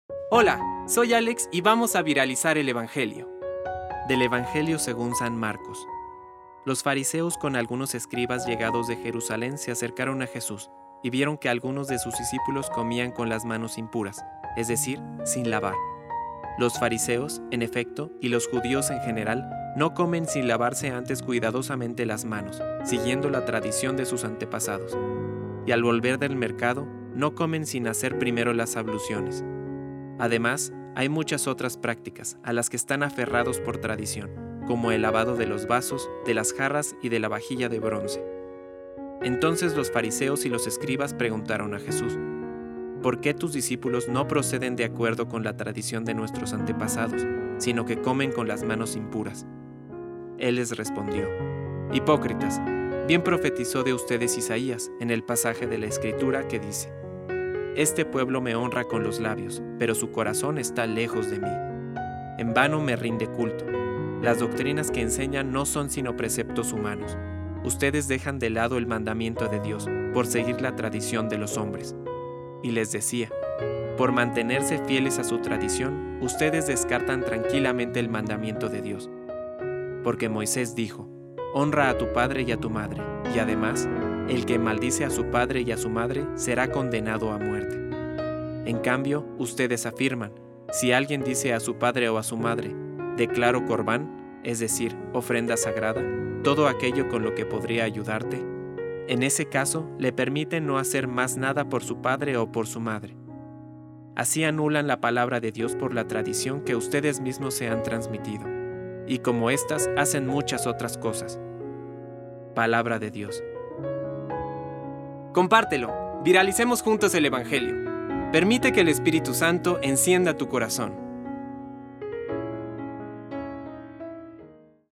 Hola, soy Alex y vamos a viralizar el Evangelio. Del Evangelio según San Marcos. Los fariseos con algunos escribas llegados de Jerusalén se acercaron a Jesús y vieron que algunos de sus discípulos comían con las manos impuras, es decir, sin lavar. Los fariseos, en efecto, y los judíos en general, no comen sin lavarse antes cuidadosamente las manos, siguiendo la tradición de sus antepasados. Y al volver del mercado, no comen sin hacer primero las abluciones. Además, hay muchas otras prácticas a las que están aferrados por tradición, como el lavado de los vasos, de las jarras y de la vajilla de bronce. Entonces los fariseos y los escribas preguntaron a Jesús: ¿por qué tus discípulos no proceden de acuerdo con la tradición de nuestros antepasados, sino que comen con las manos impuras? Él les respondió: Hipócritas, bien profetizó de ustedes Isaías en el pasaje de la Escritura que dice: Este pueblo me honra con los labios, pero su corazón está lejos de mí. En vano me rinde culto. Las doctrinas que enseñan no son sino preceptos humanos. Ustedes dejan de lado el mandamiento de Dios por seguir la tradición de los hombres. Y les decía: por mantenerse fieles a su tradición, ustedes descartan tranquilamente el mandamiento de Dios. Porque Moisés dijo: honra a tu padre y a tu madre, y además, el que maldice a su padre y a su madre será condenado a muerte. En cambio, ustedes afirman: si alguien dice a su padre o a su madre, declaro corbán, es decir, ofrenda sagrada, todo aquello con lo que podría ayudarte, en ese caso le permiten no hacer más nada por su padre o por su madre. Así anulan la palabra de Dios por la tradición que ustedes mismos se han transmitido, y como éstas hacen muchas otras cosas. Palabra de Dios. Compártelo, viralicemos juntos el Evangelio. Permite que el Espíritu Santo encienda tu corazón.